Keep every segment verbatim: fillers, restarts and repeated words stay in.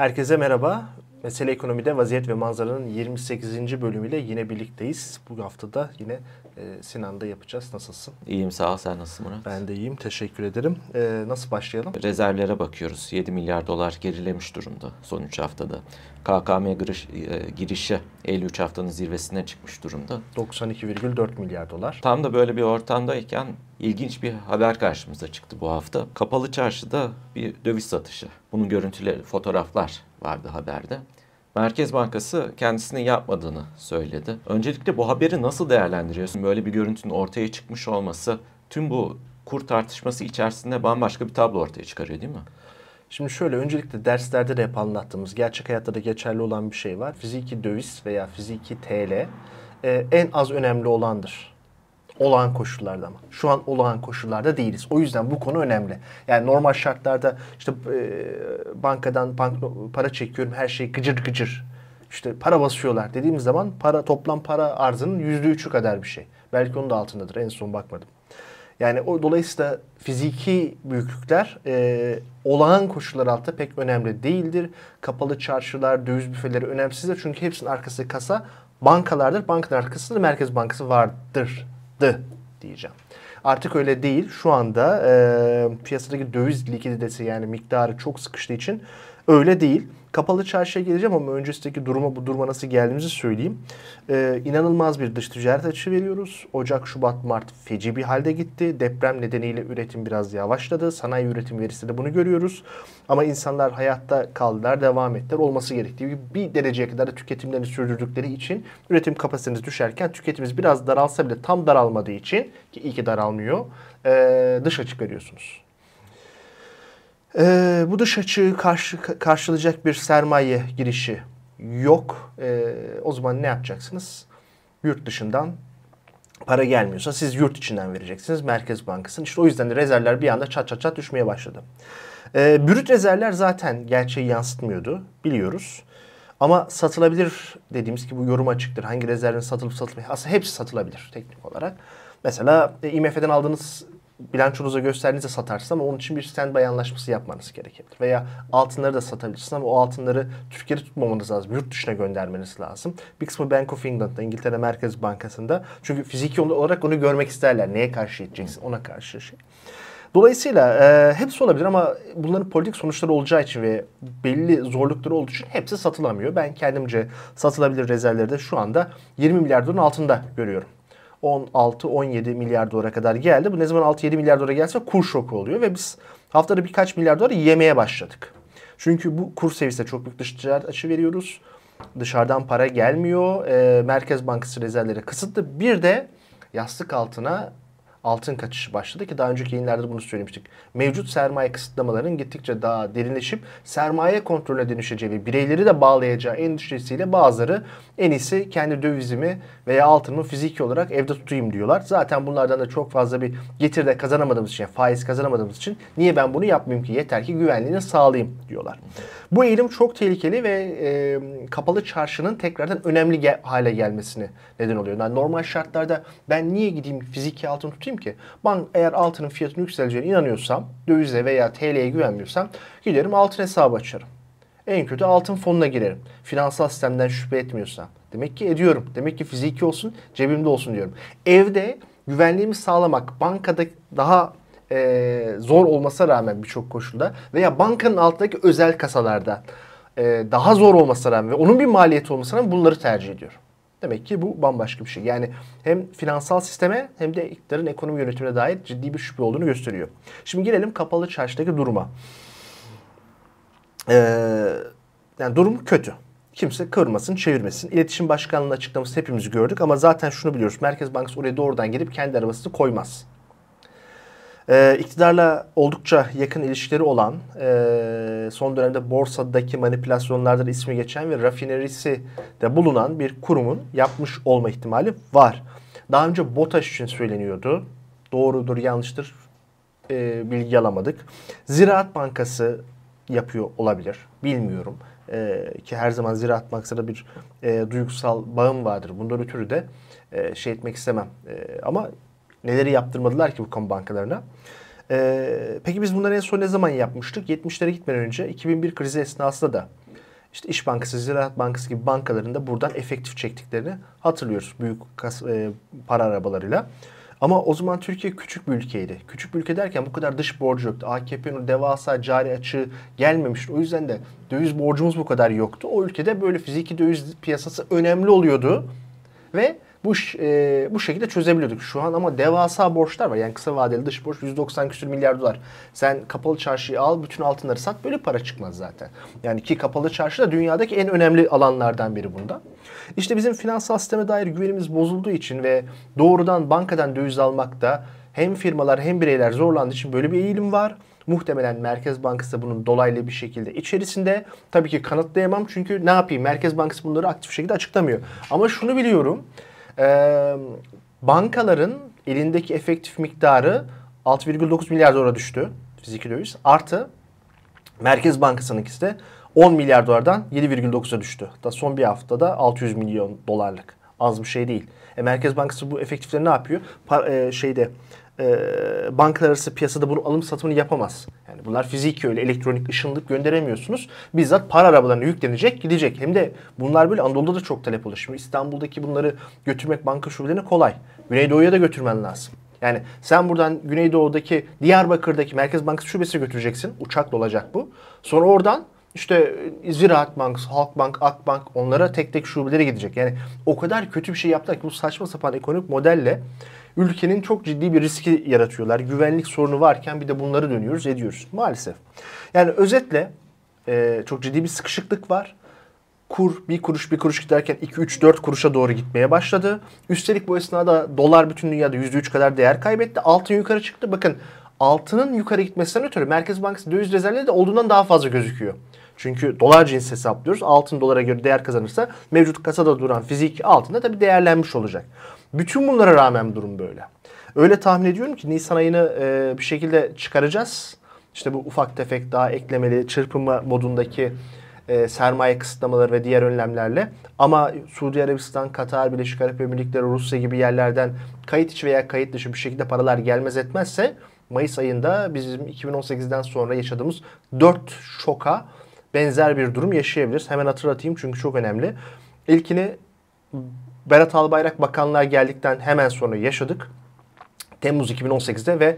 Herkese merhaba. Mesele Ekonomi'de Vaziyet ve Manzara'nın yirmi sekizinci bölümüyle yine birlikteyiz. Bu hafta da yine e, Sinan'da yapacağız. Nasılsın? İyiyim, sağ ol. Sen nasılsın Murat? Ben de iyiyim. Teşekkür ederim. E, nasıl başlayalım? Rezervlere bakıyoruz. yedi milyar dolar gerilemiş durumda son üç haftada. K K M giriş, e, girişi elli üç haftanın zirvesine çıkmış durumda. doksan iki virgül dört milyar dolar. Tam da böyle bir ortamdayken ilginç bir haber karşımıza çıktı bu hafta. Kapalı çarşıda bir döviz satışı. Bunun görüntüleri, fotoğraflar vardı haberde. Merkez Bankası kendisinin yapmadığını söyledi. Öncelikle bu haberi nasıl değerlendiriyorsun? Böyle bir görüntünün ortaya çıkmış olması tüm bu kur tartışması içerisinde bambaşka bir tablo ortaya çıkarıyor değil mi? Şimdi şöyle, öncelikle derslerde de hep anlattığımız, gerçek hayatta da geçerli olan bir şey var. Fiziki döviz veya fiziki T L e, en az önemli olandır. Olağan koşullarda ama. Şu an olağan koşullarda değiliz. O yüzden bu konu önemli. Yani normal şartlarda işte e, bankadan bank, para çekiyorum, her şey gıcır gıcır. İşte para basıyorlar dediğimiz zaman para toplam para arzının yüzde üçü kadar bir şey. Belki onun da altındadır. En son bakmadım. Yani o dolayısıyla fiziki büyüklükler e, olağan koşullar altında pek önemli değildir. Kapalı çarşılar, döviz büfeleri önemsizdir. Çünkü hepsinin arkası kasa bankalardır. Bankaların arkasında Merkez Bankası vardır. Diyeceğim. Artık öyle değil. Şu anda e, piyasadaki döviz likiditesi, yani miktarı çok sıkıştığı için öyle değil. Kapalı çarşıya geleceğim ama öncesindeki duruma, bu duruma nasıl geldiğimizi söyleyeyim. Ee, inanılmaz bir dış ticaret açığı veriyoruz. Ocak, Şubat, Mart feci bir halde gitti. Deprem nedeniyle üretim biraz yavaşladı. Sanayi üretim verisi de bunu görüyoruz. Ama insanlar hayatta kaldılar, devam ettiler. Olması gerektiği gibi bir dereceye kadar da tüketimlerini sürdürdükleri için üretim kapasiteniz düşerken tüketimimiz biraz daralsa bile tam daralmadığı için, ki iyi ki daralmıyor, e, dış açık veriyorsunuz. Ee, bu dış açığı karşı, karşılayacak bir sermaye girişi yok. Ee, o zaman ne yapacaksınız? Yurt dışından para gelmiyorsa siz yurt içinden vereceksiniz Merkez Bankası'nın. İşte o yüzden de rezervler bir anda çat çat çat düşmeye başladı. Ee, brüt rezervler zaten gerçeği yansıtmıyordu, biliyoruz. Ama satılabilir dediğimiz ki bu yorum açıktır. Hangi rezervin satılıp satılmayacak? Aslında hepsi satılabilir teknik olarak. Mesela I M F'den aldığınız bilançonuza gösterdiğinizde satarsınız ama onun için bir standby anlaşması yapmanız gerekebilir. Veya altınları da satabilirsiniz ama o altınları Türkiye'de tutmamanız lazım. Yurt dışına göndermeniz lazım. Bir kısmı Bank of England'da, İngiltere Merkez Bankası'nda. Çünkü fiziki olarak onu görmek isterler. Neye karşı edeceksin? Ona karşı şey. Dolayısıyla e, hepsi olabilir ama bunların politik sonuçları olacağı için ve belli zorlukları olduğu için hepsi satılamıyor. Ben kendimce satılabilir rezervleri de şu anda yirmi milyar doların altında görüyorum. on altı on yedi milyar dolara kadar geldi. Bu ne zaman altı yedi milyar dolara gelse kur şoku oluyor ve biz haftada birkaç milyar dolar yemeye başladık. Çünkü bu kur seviyesinde çok büyük dış ticaret açığı veriyoruz. Dışarıdan para gelmiyor. E, Merkez Bankası rezervleri kısıtlı. Bir de yastık altına altın kaçışı başladı ki daha önceki yayınlarda bunu söylemiştik. Mevcut sermaye kısıtlamalarının gittikçe daha derinleşip sermaye kontrolüne dönüşeceği ve bireyleri de bağlayacağı endişesiyle bazıları en iyisi kendi dövizimi veya altınımı fiziki olarak evde tutayım diyorlar. Zaten bunlardan da çok fazla bir getir de kazanamadığımız için, faiz kazanamadığımız için niye ben bunu yapmayayım ki, yeter ki güvenliğini sağlayayım diyorlar. Bu eğilim çok tehlikeli ve e, kapalı çarşının tekrardan önemli gel- hale gelmesine neden oluyor. Yani normal şartlarda ben niye gideyim fiziki altın tutayım ki? Ben eğer altının fiyatının yükseleceğine inanıyorsam, dövize veya T L'ye güvenmiyorsam giderim altın hesabı açarım. En kötü altın fonuna girerim. Finansal sistemden şüphe etmiyorsam. Demek ki ediyorum. Demek ki fiziki olsun, cebimde olsun diyorum. Evde güvenliğimi sağlamak bankada daha e, zor olmasına rağmen birçok koşulda veya bankanın altındaki özel kasalarda e, daha zor olmasına rağmen ve onun bir maliyeti olmasına rağmen bunları tercih ediyorum. Demek ki bu bambaşka bir şey. Yani hem finansal sisteme hem de iktidarın ekonomi yönetimine dair ciddi bir şüphe olduğunu gösteriyor. Şimdi gelelim kapalı çarşıdaki duruma. Ee, yani durum kötü. Kimse kırmasın, çevirmesin. İletişim Başkanlığı'nın açıklaması hepimiz gördük ama zaten şunu biliyoruz. Merkez Bankası oraya doğrudan gelip kendi arabasını koymaz. Ee, iktidarla oldukça yakın ilişkileri olan, e, son dönemde borsadaki manipülasyonlarda da ismi geçen ve rafinerisi de bulunan bir kurumun yapmış olma ihtimali var. Daha önce BOTAŞ için söyleniyordu. Doğrudur, yanlıştır e, bilgi alamadık. Ziraat Bankası yapıyor olabilir. Bilmiyorum. E, ki her zaman Ziraat Bankası'na bir e, duygusal bağım vardır. Bundan ötürü de e, şey etmek istemem. E, ama neleri yaptırmadılar ki bu kamu bankalarına? Ee, peki biz bunları en son ne zaman yapmıştık? yetmişlere gitmeden önce iki bin bir krizi esnasında da İşte İş Bankası, Ziraat Bankası gibi bankaların da buradan efektif çektiklerini hatırlıyoruz. Büyük kas, e, para arabalarıyla. Ama o zaman Türkiye küçük bir ülkeydi. Küçük bir ülke derken bu kadar dış borcu yoktu. A K P'nin devasa cari açığı gelmemişti. O yüzden de döviz borcumuz bu kadar yoktu. O ülkede böyle fiziki döviz piyasası önemli oluyordu. Ve bu e, bu şekilde çözebiliyorduk. Şu an ama devasa borçlar var. Yani kısa vadeli dış borç yüz doksan küsur milyar dolar. Sen kapalı çarşıyı al, bütün altınları sat, böyle para çıkmaz zaten. Yani ki kapalı çarşı da dünyadaki en önemli alanlardan biri bunda. İşte bizim finansal sisteme dair güvenimiz bozulduğu için ve doğrudan bankadan döviz almakta hem firmalar hem bireyler zorlandığı için böyle bir eğilim var. Muhtemelen Merkez Bankası bunun dolaylı bir şekilde içerisinde. Tabii ki kanıtlayamam çünkü ne yapayım? Merkez Bankası bunları aktif şekilde açıklamıyor. Ama şunu biliyorum. Ee, bankaların elindeki efektif miktarı altı virgül dokuz milyar dolara düştü. Fiziki döviz. Artı Merkez Bankası'nınkisi de on milyar dolardan yedi virgül dokuza düştü. Hatta son bir haftada altı yüz milyon dolarlık. Az bir şey değil. E, Merkez Bankası bu efektifleri ne yapıyor? Pa, e, şeyde e, bankalar arası piyasada bunu alım satımını yapamaz. Yani bunlar fiziki, öyle elektronik ışınlık gönderemiyorsunuz. Bizzat para arabalarına yüklenecek, gidecek. Hem de bunlar böyle Anadolu'da da çok talep olur. Şimdi İstanbul'daki bunları götürmek banka şubelerine kolay. Güneydoğu'ya da götürmen lazım. Yani sen buradan Güneydoğu'daki Diyarbakır'daki Merkez Bankası şubesine götüreceksin. Uçakla olacak bu. Sonra oradan işte Ziraat Bankası, Halkbank, Akbank, onlara tek tek şubelere gidecek. Yani o kadar kötü bir şey yaptılar ki bu saçma sapan ekonomik modelle ülkenin çok ciddi bir riski yaratıyorlar. Güvenlik sorunu varken bir de bunları dönüyoruz, ediyoruz maalesef. Yani özetle e, çok ciddi bir sıkışıklık var. Kur bir kuruş bir kuruş giderken iki üç dört kuruşa doğru gitmeye başladı. Üstelik bu esnada dolar bütün dünyada yüzde üç kadar değer kaybetti. Altın yukarı çıktı. Bakın altının yukarı gitmesinden ötürü Merkez Bankası döviz rezervleri de olduğundan daha fazla gözüküyor. Çünkü dolar cinsi hesaplıyoruz. Altın dolara göre değer kazanırsa mevcut kasada duran fiziki altın da tabii değerlenmiş olacak. Bütün bunlara rağmen durum böyle. Öyle tahmin ediyorum ki Nisan ayını e, bir şekilde çıkaracağız. İşte bu ufak tefek daha eklemeli çırpınma modundaki e, sermaye kısıtlamaları ve diğer önlemlerle. Ama Suudi Arabistan, Katar, Birleşik Arap Emirlikleri, Rusya gibi yerlerden kayıt içi veya kayıt dışı bir şekilde paralar gelmez etmezse Mayıs ayında bizim iki bin on sekizden sonra yaşadığımız dört şoka benzer bir durum yaşayabiliriz. Hemen hatırlatayım çünkü çok önemli. İlkini Berat Albayrak bakanlığa geldikten hemen sonra yaşadık. Temmuz iki bin on sekizde ve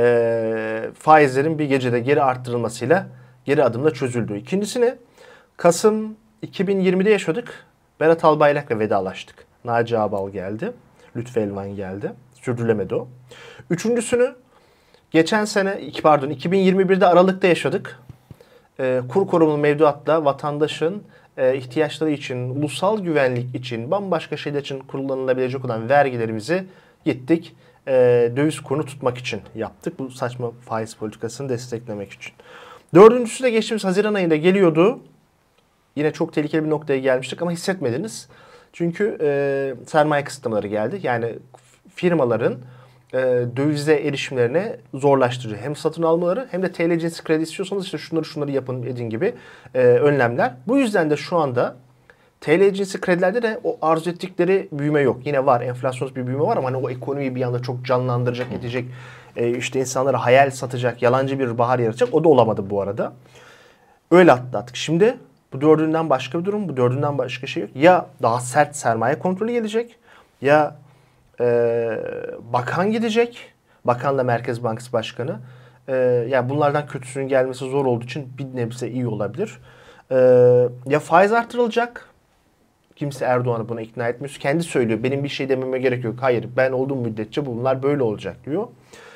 e, faizlerin bir gecede geri arttırılmasıyla geri adımla çözüldü. İkincisini Kasım iki bin yirmide yaşadık. Berat Albayrak'la vedalaştık. Naci Ağbal geldi. Lütfü Elvan geldi. Sürdürülemedi o. Üçüncüsünü geçen sene, pardon iki bin yirmi birde Aralık'ta yaşadık. E, kur korumalı mevduatla vatandaşın e, ihtiyaçları için, ulusal güvenlik için, bambaşka şeyler için kullanılabilecek olan vergilerimizi gittik e, döviz kurunu tutmak için yaptık. Bu saçma faiz politikasını desteklemek için. Dördüncüsü de geçtiğimiz Haziran ayında geliyordu. Yine çok tehlikeli bir noktaya gelmiştik ama hissetmediniz. Çünkü e, sermaye kısıtlamaları geldi. Yani firmaların e, dövize erişimlerine zorlaştırıcı. Hem satın almaları hem de T L cinsi kredi istiyorsanız işte şunları şunları yapın edin gibi e, önlemler. Bu yüzden de şu anda T L cinsi kredilerde de o arzu ettikleri büyüme yok. Yine var, enflasyonist bir büyüme var ama hani o ekonomiyi bir anda çok canlandıracak, edecek, e, işte insanlara hayal satacak, yalancı bir bahar yaratacak. O da olamadı bu arada. Öyle atlattık. Şimdi bu dördünden başka bir durum, bu dördünden başka şey yok. Ya daha sert sermaye kontrolü gelecek, ya e, bakan gidecek, bakanla Merkez Bankası Başkanı. E, yani bunlardan kötüsünün gelmesi zor olduğu için bir nebze iyi olabilir. E, ya faiz artırılacak. Kimse Erdoğan'ı buna ikna etmiyor. Kendi söylüyor. Benim bir şey dememe gerek yok. Hayır, ben olduğum müddetçe bunlar böyle olacak diyor.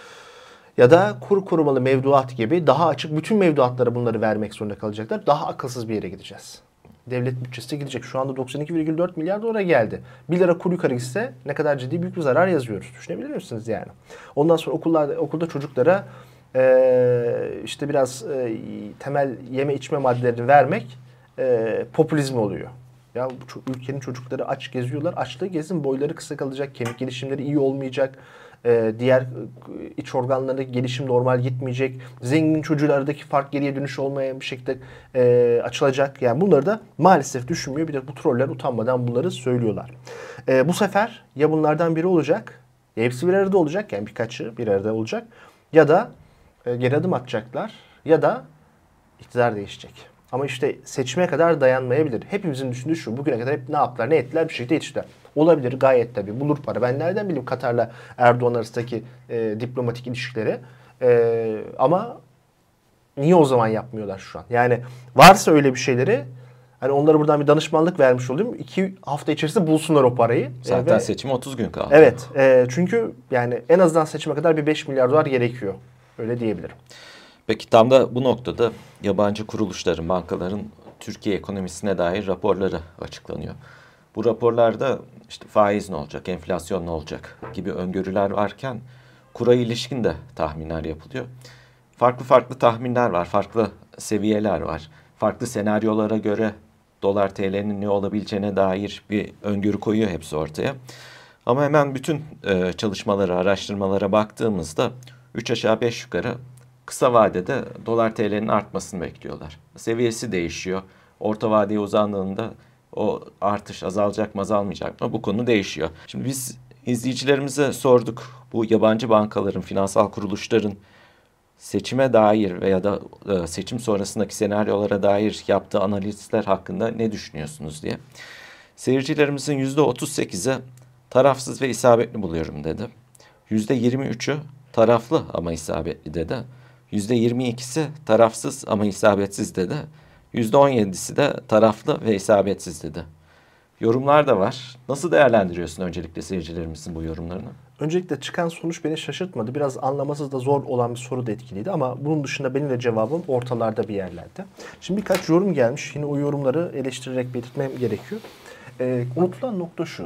Ya da kur korumalı mevduat gibi daha açık bütün mevduatlara bunları vermek zorunda kalacaklar. Daha akılsız bir yere gideceğiz. Devlet bütçesi gidecek. Şu anda doksan iki virgül dört milyar dolara geldi. bir lira kur yukarı gitse ne kadar ciddi büyük bir zarar yazıyoruz. Düşünebilir misiniz yani? Ondan sonra okullarda, okulda çocuklara e, işte biraz e, temel yeme içme maddelerini vermek e, popülizm oluyor. Ya bu ülkenin çocukları aç geziyorlar. Açlığı gezin, boyları kısa kalacak, kemik gelişimleri iyi olmayacak. Ee, diğer iç organlarındaki gelişim normal gitmeyecek. Zengin çocuğlardaki fark geriye dönüş olmayan bir şekilde e, açılacak. Yani bunları da maalesef düşünmüyor. Bir de bu troller utanmadan bunları söylüyorlar. E, bu sefer ya bunlardan biri olacak, ya hepsi bir arada olacak. Yani birkaçı bir arada olacak. Ya da e, geri adım atacaklar ya da iktidar değişecek. Ama işte seçime kadar dayanmayabilir. Hepimizin düşündüğü şu, bugüne kadar hep ne yaptılar, ne ettiler, bir şekilde yetiştiler. Olabilir gayet tabii, bulur para. Ben nereden bileyim Katar'la Erdoğan arasındaki e, diplomatik ilişkileri. E, ama niye o zaman yapmıyorlar şu an? Yani varsa öyle bir şeyleri, hani onlara buradan bir danışmanlık vermiş olayım. İki hafta içerisinde bulsunlar o parayı. Zaten e, seçime otuz gün kaldı. Evet. E, çünkü yani en azından seçime kadar bir beş milyar dolar gerekiyor. Öyle diyebilirim. Peki tam da bu noktada yabancı kuruluşların, bankaların Türkiye ekonomisine dair raporları açıklanıyor. Bu raporlarda işte faiz ne olacak, enflasyon ne olacak gibi öngörüler varken kura ilişkin de tahminler yapılıyor. Farklı farklı tahminler var, farklı seviyeler var. Farklı senaryolara göre dolar T L'nin ne olabileceğine dair bir öngörü koyuyor hepsi ortaya. Ama hemen bütün e, çalışmalara, araştırmalara baktığımızda üç aşağı beş yukarı kısa vadede dolar T L'nin artmasını bekliyorlar. Seviyesi değişiyor. Orta vadeye uzandığında o artış azalacak mı azalmayacak mı bu konu değişiyor. Şimdi biz izleyicilerimize sorduk. Bu yabancı bankaların, finansal kuruluşların seçime dair veya da e, seçim sonrasındaki senaryolara dair yaptığı analizler hakkında ne düşünüyorsunuz diye. Seyircilerimizin yüzde otuz sekizi tarafsız ve isabetli buluyorum dedi. yüzde yirmi üçü taraflı ama isabetli dedi. yüzde yirmi ikisi tarafsız ama isabetsiz dedi. yüzde on yedisi de taraflı ve isabetsiz dedi. Yorumlar da var. Nasıl değerlendiriyorsun öncelikle seyircilerimizin bu yorumlarını? Öncelikle çıkan sonuç beni şaşırtmadı. Biraz anlaması da zor olan bir soru da etkiliydi ama bunun dışında benim de cevabım ortalarda bir yerlerde. Şimdi birkaç yorum gelmiş. Yine o yorumları eleştirerek belirtmem gerekiyor. Ee, unutulan nokta şu.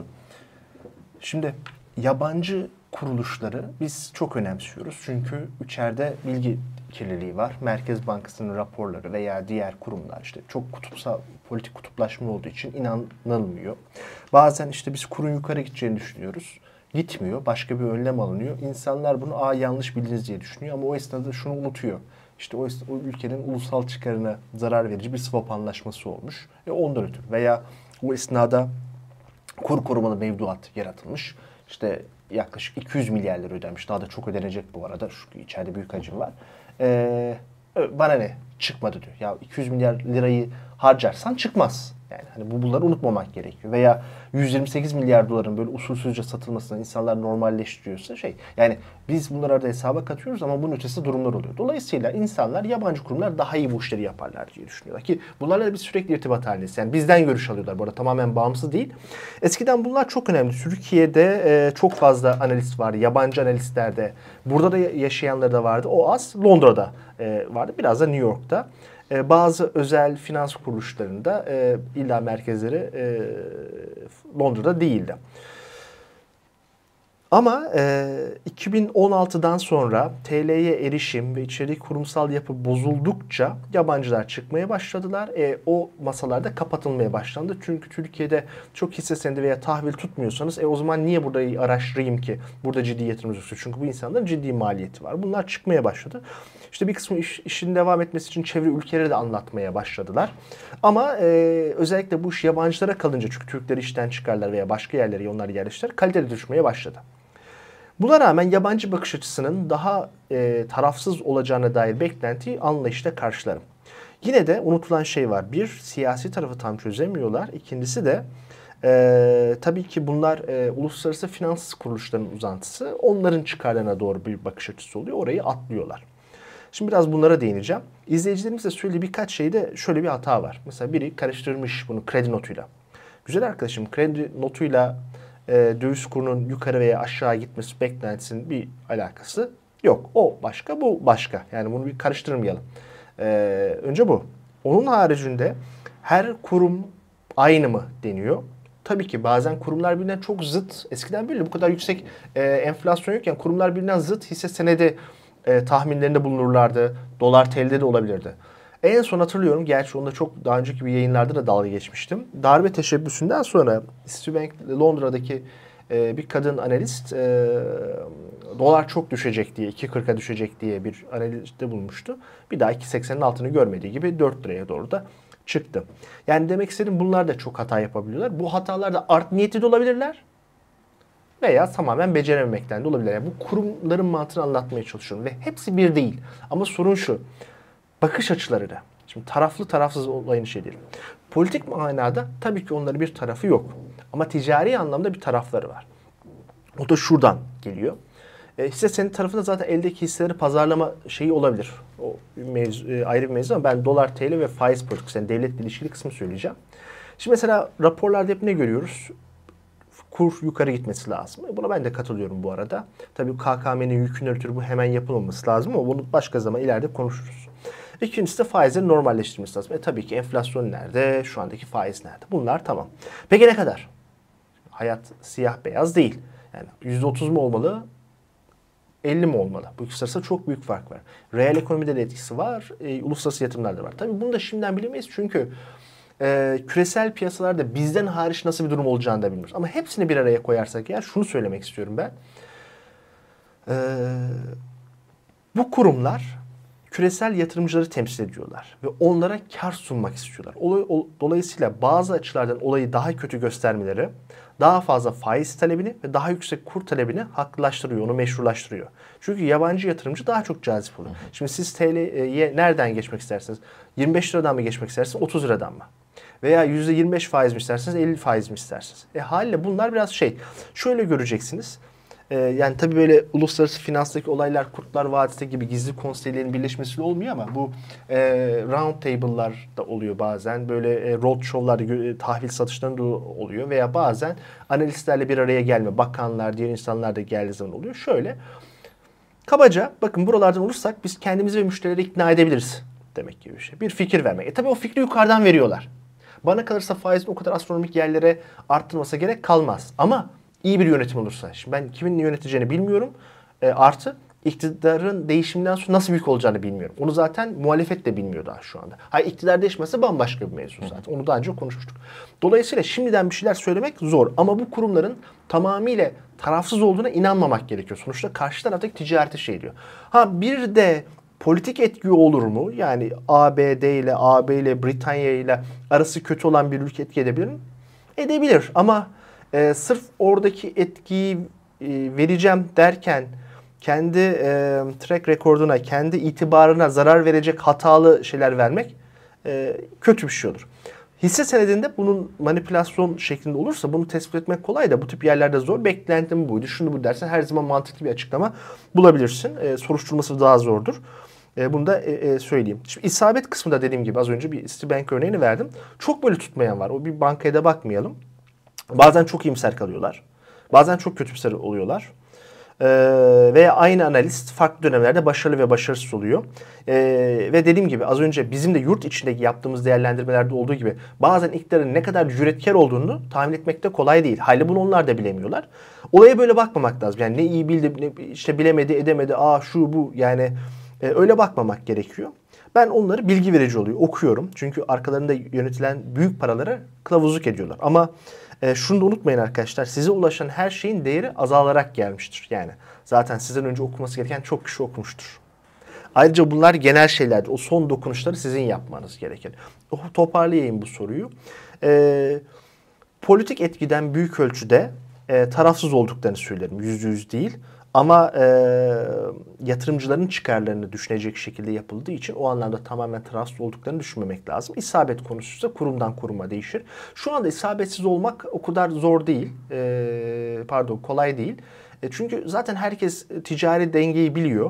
Şimdi yabancı kuruluşları biz çok önemsiyoruz. Çünkü içeride bilgi kirliliği var. Merkez Bankası'nın raporları veya diğer kurumlar işte çok kutupsal, politik kutuplaşma olduğu için inanılmıyor. Bazen işte biz kurun yukarı gideceğini düşünüyoruz. Gitmiyor. Başka bir önlem alınıyor. İnsanlar bunu aa yanlış bildiniz diye düşünüyor ama o esnada şunu unutuyor. İşte o, o ülkenin ulusal çıkarına zarar verici bir swap anlaşması olmuş. E ondan ötürü. Veya o esnada kur korumalı mevduat yaratılmış. İşte yaklaşık iki yüz milyar lira ödenmiş. Daha da çok ödenecek bu arada. Şu içeride büyük hacim var. Ee, bana ne? Çıkmadı diyor. Ya iki yüz milyar lirayı harcarsan çıkmaz. Yani hani bu bunları unutmamak gerekiyor. Veya yüz yirmi sekiz milyar doların böyle usulsüzce satılmasını insanlar normalleştiriyorsa şey. Yani biz bunları arada hesaba katıyoruz ama bunun ötesinde durumlar oluyor. Dolayısıyla insanlar, yabancı kurumlar daha iyi bu işleri yaparlar diye düşünüyorlar. Ki bunlarla biz sürekli irtibat halindeyiz. Yani bizden görüş alıyorlar. Bu arada tamamen bağımsız değil. Eskiden bunlar çok önemli. Türkiye'de e, çok fazla analist vardı. Yabancı analistler de. Burada da yaşayanlar da vardı. O az. Londra'da e, vardı. Biraz da New York'ta. E, bazı özel finans kuruluşlarında e, illa merkezleri e, Londra'da değildi. Ama e, iki bin on altıdan sonra T L'ye erişim ve içerideki kurumsal yapı bozuldukça yabancılar çıkmaya başladılar. E, o masalarda kapatılmaya başlandı. Çünkü Türkiye'de çok hisse senedi veya tahvil tutmuyorsanız e, o zaman niye burada araştırayım ki? Burada ciddi yatırım yok. Çünkü bu insanların ciddi maliyeti var. Bunlar çıkmaya başladı. İşte bir kısmı iş, işin devam etmesi için çevre ülkeleri de anlatmaya başladılar. Ama e, özellikle bu iş yabancılara kalınca, çünkü Türkleri işten çıkarlar veya başka yerlere onlar yerleştiler, kaliteli düşmeye başladı. Buna rağmen yabancı bakış açısının daha e, tarafsız olacağına dair beklentiyi anlayışla karşılarım. Yine de unutulan şey var. Bir, siyasi tarafı tam çözemiyorlar. İkincisi de e, tabii ki bunlar e, uluslararası finans kuruluşlarının uzantısı. Onların çıkarlarına doğru bir bakış açısı oluyor. Orayı atlıyorlar. Şimdi biraz bunlara değineceğim. İzleyicilerimize söylediği birkaç şeyde şöyle bir hata var. Mesela biri karıştırmış bunu kredi notuyla. Güzel arkadaşım, kredi notuyla e, döviz kurunun yukarı veya aşağı gitmesi beklentisinin bir alakası yok. O başka, bu başka. Yani bunu bir karıştırmayalım. E, önce bu. Onun haricinde her kurum aynı mı deniyor? Tabii ki bazen kurumlar birbirinden çok zıt. Eskiden böyle bu kadar yüksek e, enflasyon yokken kurumlar birbirinden zıt hisse senedi E, tahminlerinde bulunurlardı. Dolar T L'de de olabilirdi. En son hatırlıyorum, gerçi onda çok daha önceki bir yayınlarda da dalga geçmiştim. Darbe teşebbüsünden sonra Citibank Londra'daki e, bir kadın analist e, dolar çok düşecek diye, iki kırka düşecek diye bir analizde bulmuştu. Bir daha iki seksenin altını görmediği gibi dört liraya doğru da çıktı. Yani demek istediğim, bunlar da çok hata yapabiliyorlar. Bu hatalarda art niyetli de olabilirler. Veya tamamen becerememekten de olabilir. Yani bu kurumların mantığını anlatmaya çalışıyorum. Ve hepsi bir değil. Ama sorun şu. Bakış açıları da. Şimdi taraflı tarafsız olayın şey değil. Politik manada tabii ki onların bir tarafı yok. Ama ticari anlamda bir tarafları var. O da şuradan geliyor. E, hisse senedi tarafında zaten eldeki hisseleri pazarlama şeyi olabilir. O mevzu, e, ayrı bir mevzu ama ben dolar, T L ve faiz politikası, yani devletle ilişkili kısmı söyleyeceğim. Şimdi mesela raporlarda hep ne görüyoruz? Kur yukarı gitmesi lazım. Buna ben de katılıyorum bu arada. Tabii K K M'nin yükünden ötürü bu hemen yapılmaması lazım ama bunu başka zaman ileride konuşuruz. İkincisi de faizlerin normalleştirilmesi lazım. E tabii ki enflasyon nerede? Şu andaki faiz nerede? Bunlar tamam. Peki ne kadar? Hayat siyah beyaz değil. Yani yüzde otuz mu olmalı? elli mi olmalı? Bu ikisi arasında çok büyük fark var. Reel ekonomide de etkisi var. E, uluslararası yatırımlarda var. Tabii bunu da şimdiden bilemeyiz çünkü e, küresel piyasalarda bizden hariç nasıl bir durum olacağını da bilmiyoruz. Ama hepsini bir araya koyarsak eğer şunu söylemek istiyorum ben. E, bu kurumlar küresel yatırımcıları temsil ediyorlar ve onlara kar sunmak istiyorlar. Dolayısıyla bazı açılardan olayı daha kötü göstermeleri daha fazla faiz talebini ve daha yüksek kur talebini haklılaştırıyor, onu meşrulaştırıyor. Çünkü yabancı yatırımcı daha çok cazip oluyor. Şimdi siz T L'ye nereden geçmek istersiniz? yirmi beş liradan mı geçmek istersiniz, otuz liradan mı? Veya yüzde yirmi beş faiz mi istersiniz, elli faiz mi istersiniz? E haliyle bunlar biraz şey, şöyle göreceksiniz. Ee, yani tabii böyle uluslararası finanstaki olaylar Kurtlar Vadisi gibi gizli konseylerin birleşmesiyle olmuyor ama bu e, round table'lar da oluyor bazen. Böyle e, road show'lar, e, tahvil satışlarında oluyor veya bazen analistlerle bir araya gelme, bakanlar, diğer insanlar da geldiği zaman oluyor. Şöyle, kabaca bakın buralardan olursak biz kendimizi ve müşterileri ikna edebiliriz demek gibi bir şey. Bir fikir vermek. E tabii o fikri yukarıdan veriyorlar. Bana kalırsa faizin o kadar astronomik yerlere arttırması gerek kalmaz. Ama iyi bir yönetim olursa. Şimdi ben kimin yöneteceğini bilmiyorum. E, artı iktidarın değişiminden sonra nasıl büyük olacağını bilmiyorum. Onu zaten muhalefet de bilmiyor daha şu anda. Hayır, iktidar değişmezse bambaşka bir mevzu zaten. Onu daha önce konuşmuştuk. Dolayısıyla şimdiden bir şeyler söylemek zor. Ama bu kurumların tamamıyla tarafsız olduğuna inanmamak gerekiyor. Sonuçta karşı taraftaki ticareti şey diyor. Ha bir de politik etki olur mu? Yani A B D ile, A B ile, Britanya ile arası kötü olan bir ülke etki edebilir mi? Edebilir ama e, sırf oradaki etkiyi e, vereceğim derken kendi e, track record'una, kendi itibarına zarar verecek hatalı şeyler vermek e, kötü bir şey olur. Hisse senedinde bunun manipülasyon şeklinde olursa bunu tespit etmek kolay da bu tip yerlerde zor. Beklentim buydu. Şunu bu dersen her zaman mantıklı bir açıklama bulabilirsin. E, soruşturması daha zordur. E, bunu da e, e, söyleyeyim. Şimdi isabet kısmında dediğim gibi az önce bir Citibank örneğini verdim. Çok böyle tutmayan var. O bir bankaya da bakmayalım. Bazen çok iyimser kalıyorlar. Bazen çok kötümser oluyorlar. Ee, veya aynı analist farklı dönemlerde başarılı ve başarısız oluyor. Ee, ve dediğim gibi az önce bizim de yurt içindeki yaptığımız değerlendirmelerde olduğu gibi bazen iktidarın ne kadar cüretkar olduğunu tahmin etmek de kolay değil. Hali bunu onlar da bilemiyorlar. Olaya böyle bakmamak lazım. Yani ne iyi bildi, ne işte bilemedi, edemedi, aa şu bu yani e, öyle bakmamak gerekiyor. Ben onları bilgi verici oluyor, okuyorum. Çünkü arkalarında yönetilen büyük paralara kılavuzluk ediyorlar. Ama E, şunu da unutmayın arkadaşlar. Size ulaşan her şeyin değeri azalarak gelmiştir. Yani zaten sizden önce okuması gereken çok kişi okumuştur. Ayrıca bunlar genel şeylerdir. O son dokunuşları sizin yapmanız gerekir. Oh, toparlayayım bu soruyu. E, politik etkiden büyük ölçüde e, tarafsız olduklarını söylerim. Yüzde yüz değil. Ama e, yatırımcıların çıkarlarını düşünecek şekilde yapıldığı için o anlamda tamamen tarafsız olduklarını düşünmemek lazım. İsabet konusuysa kurumdan kuruma değişir. Şu anda isabetsiz olmak o kadar zor değil. E, pardon kolay değil. E, çünkü zaten herkes ticari dengeyi biliyor.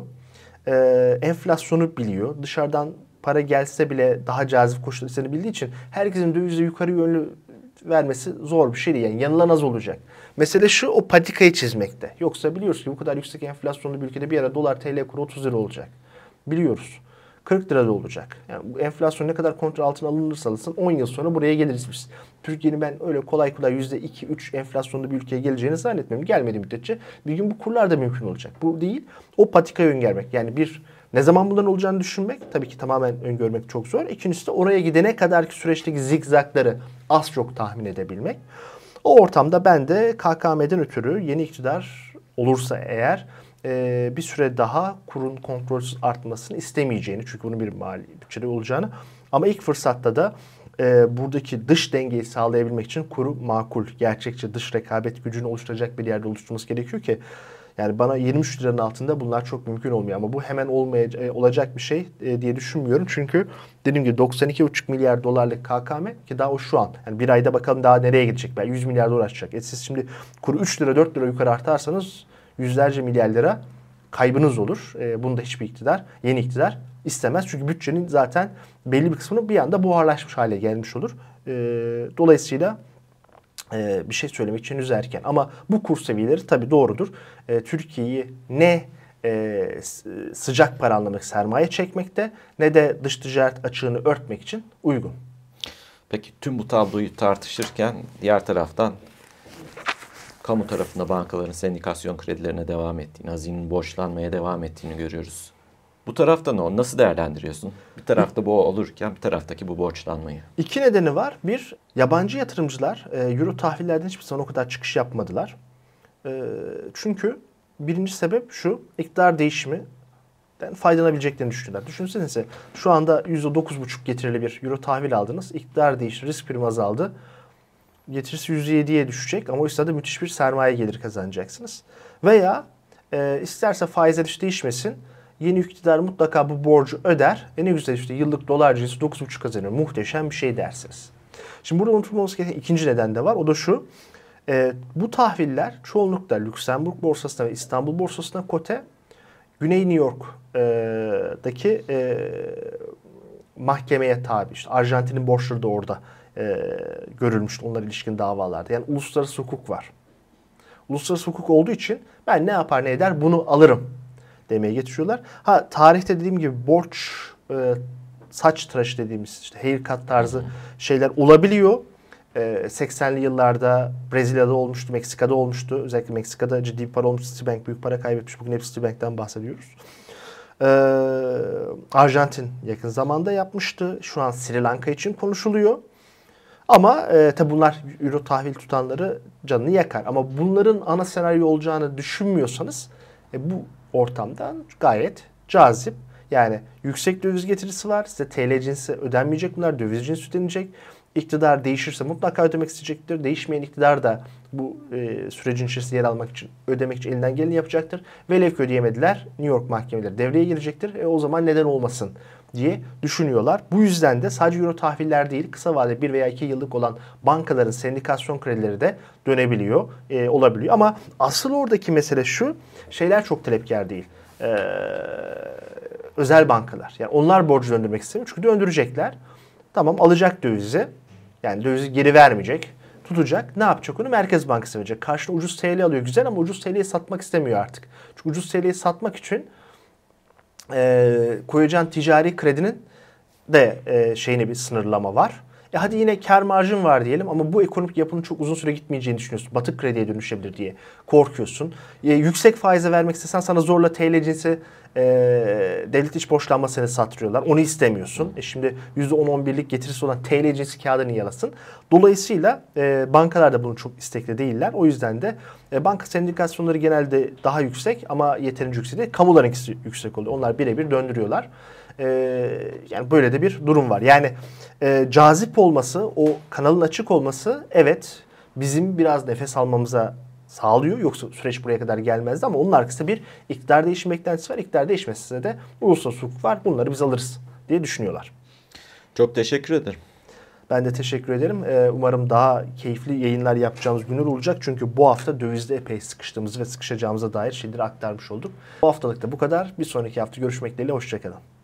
E, enflasyonu biliyor. Dışarıdan para gelse bile daha cazip koşullarını bildiği için herkesin dövize yukarı yönlü vermesi zor bir şey değil. Yani yanılan az olacak. Mesele şu, o patikayı çizmekte. Yoksa biliyoruz ki bu kadar yüksek enflasyonlu bir ülkede bir ara dolar T L kuru otuz lira olacak. Biliyoruz. kırk lirada olacak. Yani bu enflasyon ne kadar kontrol altına alınırsa alınsın on yıl sonra buraya geliriz biz. Türkiye'nin ben öyle kolay kolay yüzde iki üç enflasyonlu bir ülkeye geleceğini zannetmiyorum. Gelmediği müddetçe bir gün bu kurlar da mümkün olacak. Bu değil. O patikayı öngörmek. Yani bir ne zaman bunların olacağını düşünmek tabii ki tamamen öngörmek çok zor. İkincisi de oraya gidene kadarki süreçteki zigzagları az çok tahmin edebilmek. O ortamda ben de K K M'den ötürü yeni iktidar olursa eğer e, bir süre daha kurun kontrolsüz artmasını istemeyeceğini, çünkü bunun bir mali bütçede olacağını, ama ilk fırsatta da e, buradaki dış dengeyi sağlayabilmek için kuru makul, gerçekçi dış rekabet gücünü oluşturacak bir yerde oluşturması gerekiyor ki Yani bana yirmi üç liranın altında bunlar çok mümkün olmuyor. Ama bu hemen olmayacak, olacak bir şey diye düşünmüyorum. Çünkü dediğim gibi doksan iki buçuk milyar dolarlık K K M ki daha o şu an. Yani bir ayda bakalım daha nereye gidecek. Belki yüz milyar dolar açacak. E siz şimdi kuru üç lira dört lira yukarı artarsanız yüzlerce milyar lira kaybınız olur. E, bunu da hiçbir iktidar, yeni iktidar istemez. Çünkü bütçenin zaten belli bir kısmını bir anda buharlaşmış hale gelmiş olur. E, dolayısıyla e, bir şey söylemek için henüz erken. Ama bu kur seviyeleri tabii doğrudur. E, Türkiye'yi ne e, sıcak para anlamında sermaye çekmekte ne de dış ticaret açığını örtmek için uygun. Peki tüm bu tabloyu tartışırken diğer taraftan kamu tarafında bankaların sendikasyon kredilerine devam ettiğini, hazinenin borçlanmaya devam ettiğini görüyoruz. Bu tarafta ne o? Nasıl değerlendiriyorsun? Bir tarafta bu olurken bir taraftaki bu borçlanmayı. İki nedeni var. Bir, yabancı yatırımcılar e, euro tahvillerden hiçbir zaman o kadar çıkış yapmadılar. E, çünkü birinci sebep şu, iktidar değişiminden faydalanabileceklerini düşündüler. Düşünsenize şu anda yüzde dokuz buçuk getirili bir euro tahvil aldınız. İktidar değişti, risk primi azaldı. Getirisi yüzde yediye düşecek ama o yüzden de müthiş bir sermaye gelir kazanacaksınız. Veya e, isterse faizler hiç değişmesin. Yeni iktidar mutlaka bu borcu öder. E ne güzel işte yıllık dolar cinsi dokuz buçuk kazanıyor. Muhteşem bir şey dersiniz. Şimdi burada unutulmaması gereken ikinci neden de var. O da şu. E, bu tahviller çoğunlukla Lüksemburg borsasına ve İstanbul borsasına kote. Güney New York'daki e, mahkemeye tabi. İşte Arjantin'in borçları da orada e, görülmüştü. Onlara ilişkin davalarda. Yani uluslararası hukuk var. Uluslararası hukuk olduğu için ben ne yapar ne eder bunu alırım demeye getiriyorlar. Ha tarihte dediğim gibi borç, e, saç tıraşı dediğimiz işte haircut tarzı şeyler olabiliyor. E, seksenli yıllarda Brezilya'da olmuştu, Meksika'da olmuştu. Özellikle Meksika'da ciddi bir para olmuş. Citibank büyük para kaybetmiş. Bugün hep Citibank'ten bahsediyoruz. E, Arjantin yakın zamanda yapmıştı. Şu an Sri Lanka için konuşuluyor. Ama e, tabi bunlar euro tahvil tutanları canını yakar. Ama bunların ana senaryo olacağını düşünmüyorsanız e, bu ortamdan gayet cazip. Yani yüksek döviz getirisi var. Size T L cinsi ödenmeyecek bunlar. Döviz cinsi ödenecek. İktidar değişirse mutlaka ödemek isteyecektir. Değişmeyen iktidar da bu e, sürecin içerisinde yer almak için, ödemek için elinden geleni yapacaktır. Velev ki ödeyemediler. New York mahkemeleri devreye girecektir. E, o zaman neden olmasın diye düşünüyorlar. Bu yüzden de sadece euro tahviller değil, kısa vadeli bir veya iki yıllık olan bankaların sendikasyon kredileri de dönebiliyor, e, olabiliyor. Ama asıl oradaki mesele şu, şeyler çok talepkar değil. Ee, özel bankalar. Yani onlar borcu döndürmek istemiyor. Çünkü döndürecekler. Tamam alacak dövizi. Yani dövizi geri vermeyecek. Tutacak. Ne yapacak onu? Merkez Bankası verecek. Karşına ucuz T L alıyor. Güzel ama ucuz T L'yi satmak istemiyor artık. Çünkü ucuz T L'yi satmak için e, koyacağın ticari kredinin de e, şeyine bir sınırlama var. E hadi yine kar marjın var diyelim ama bu ekonomik yapının çok uzun süre gitmeyeceğini düşünüyorsun. Batık krediye dönüşebilir diye korkuyorsun. E, yüksek faize vermek istesen sana zorla T L cinsi e, devlet iç borçlanmasını sattırıyorlar. Onu istemiyorsun. E şimdi yüzde on on birlik getirisi olan T L cinsi kağıdını yalasın. Dolayısıyla e, bankalar da bunu çok istekli değiller. O yüzden de e, banka sendikasyonları genelde daha yüksek ama yeterince yüksek değil. Kamularınkisi yüksek oluyor. Onlar birebir döndürüyorlar. Ee, yani böyle de bir durum var. Yani e, cazip olması, o kanalın açık olması evet bizim biraz nefes almamıza sağlıyor. Yoksa süreç buraya kadar gelmezdi ama onun arkasında bir iktidar değişim beklentisi var. İktidar değişmesine de uluslararası hukuk var. Bunları biz alırız diye düşünüyorlar. Çok teşekkür ederim. Ben de teşekkür ederim. Ee, umarım daha keyifli yayınlar yapacağımız günler olacak. Çünkü bu hafta dövizde epey sıkıştığımızı ve sıkışacağımıza dair şeyleri aktarmış olduk. Bu haftalık da bu kadar. Bir sonraki hafta görüşmek dileğiyle. Hoşçakalın.